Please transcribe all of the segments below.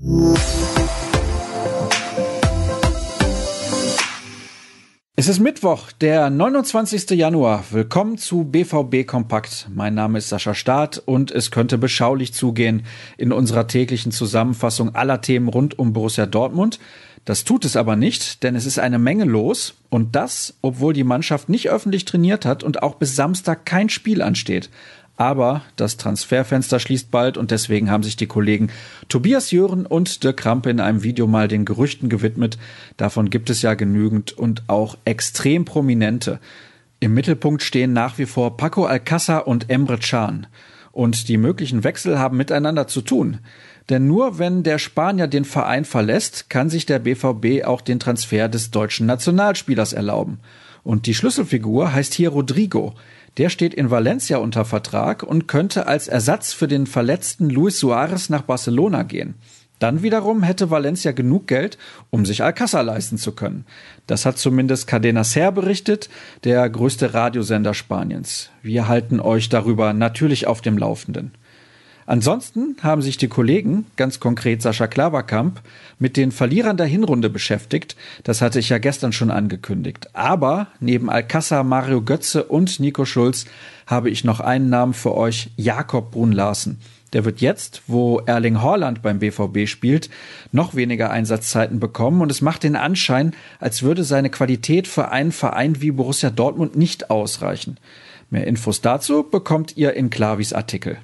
Es ist Mittwoch, der 29. Januar. Willkommen zu BVB Kompakt. Mein Name ist Sascha Staat und es könnte beschaulich zugehen in unserer täglichen Zusammenfassung aller Themen rund um Borussia Dortmund. Das tut es aber nicht, denn es ist eine Menge los und das, obwohl die Mannschaft nicht öffentlich trainiert hat und auch bis Samstag kein Spiel ansteht. Aber das Transferfenster schließt bald und deswegen haben sich die Kollegen Tobias Jören und Dirk Krampe in einem Video mal den Gerüchten gewidmet. Davon gibt es ja genügend und auch extrem prominente. Im Mittelpunkt stehen nach wie vor Paco Alcácer und Emre Can. Und die möglichen Wechsel haben miteinander zu tun. Denn nur wenn der Spanier den Verein verlässt, kann sich der BVB auch den Transfer des deutschen Nationalspielers erlauben. Und die Schlüsselfigur heißt hier Rodrigo. Der steht in Valencia unter Vertrag und könnte als Ersatz für den verletzten Luis Suarez nach Barcelona gehen. Dann wiederum hätte Valencia genug Geld, um sich Alcácer leisten zu können. Das hat zumindest Cadena Ser berichtet, der größte Radiosender Spaniens. Wir halten euch darüber natürlich auf dem Laufenden. Ansonsten haben sich die Kollegen, ganz konkret Sascha Klaverkamp, mit den Verlierern der Hinrunde beschäftigt. Das hatte ich ja gestern schon angekündigt. Aber neben Alcácer, Mario Götze und Nico Schulz habe ich noch einen Namen für euch, Jakob Brun-Larsen. Der wird jetzt, wo Erling Haaland beim BVB spielt, noch weniger Einsatzzeiten bekommen und es macht den Anschein, als würde seine Qualität für einen Verein wie Borussia Dortmund nicht ausreichen. Mehr Infos dazu bekommt ihr in Klavis Artikel.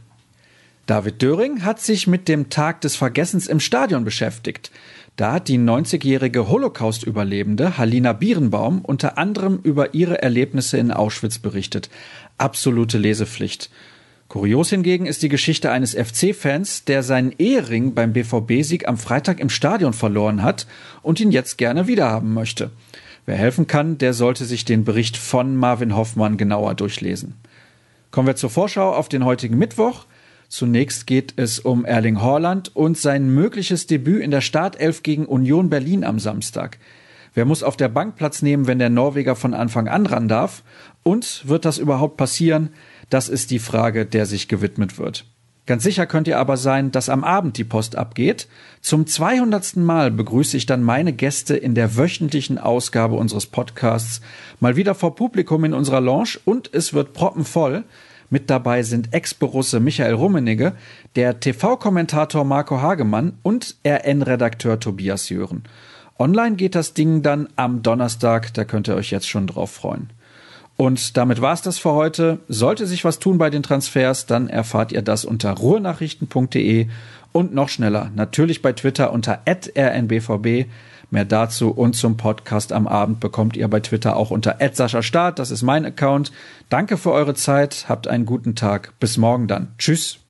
David Döring hat sich mit dem Tag des Vergessens im Stadion beschäftigt. Da hat die 90-jährige Holocaust-Überlebende Halina Bierenbaum unter anderem über ihre Erlebnisse in Auschwitz berichtet. Absolute Lesepflicht. Kurios hingegen ist die Geschichte eines FC-Fans, der seinen Ehering beim BVB-Sieg am Freitag im Stadion verloren hat und ihn jetzt gerne wiederhaben möchte. Wer helfen kann, der sollte sich den Bericht von Marvin Hoffmann genauer durchlesen. Kommen wir zur Vorschau auf den heutigen Mittwoch. Zunächst geht es um Erling Haaland und sein mögliches Debüt in der Startelf gegen Union Berlin am Samstag. Wer muss auf der Bank Platz nehmen, wenn der Norweger von Anfang an ran darf? Und wird das überhaupt passieren? Das ist die Frage, der sich gewidmet wird. Ganz sicher könnt ihr aber sein, dass am Abend die Post abgeht. Zum 200. Mal begrüße ich dann meine Gäste in der wöchentlichen Ausgabe unseres Podcasts mal wieder vor Publikum in unserer Lounge und es wird proppenvoll. Mit dabei sind Ex-Borusse Michael Rummenigge, der TV-Kommentator Marco Hagemann und RN-Redakteur Tobias Jören. Online geht das Ding dann am Donnerstag, da könnt ihr euch jetzt schon drauf freuen. Und damit war's das für heute. Sollte sich was tun bei den Transfers, dann erfahrt ihr das unter ruhrnachrichten.de und noch schneller, natürlich bei Twitter unter @rnbvb. Mehr dazu und zum Podcast am Abend bekommt ihr bei Twitter auch unter @SaschaStaat. Das ist mein Account. Danke für eure Zeit. Habt einen guten Tag. Bis morgen dann. Tschüss.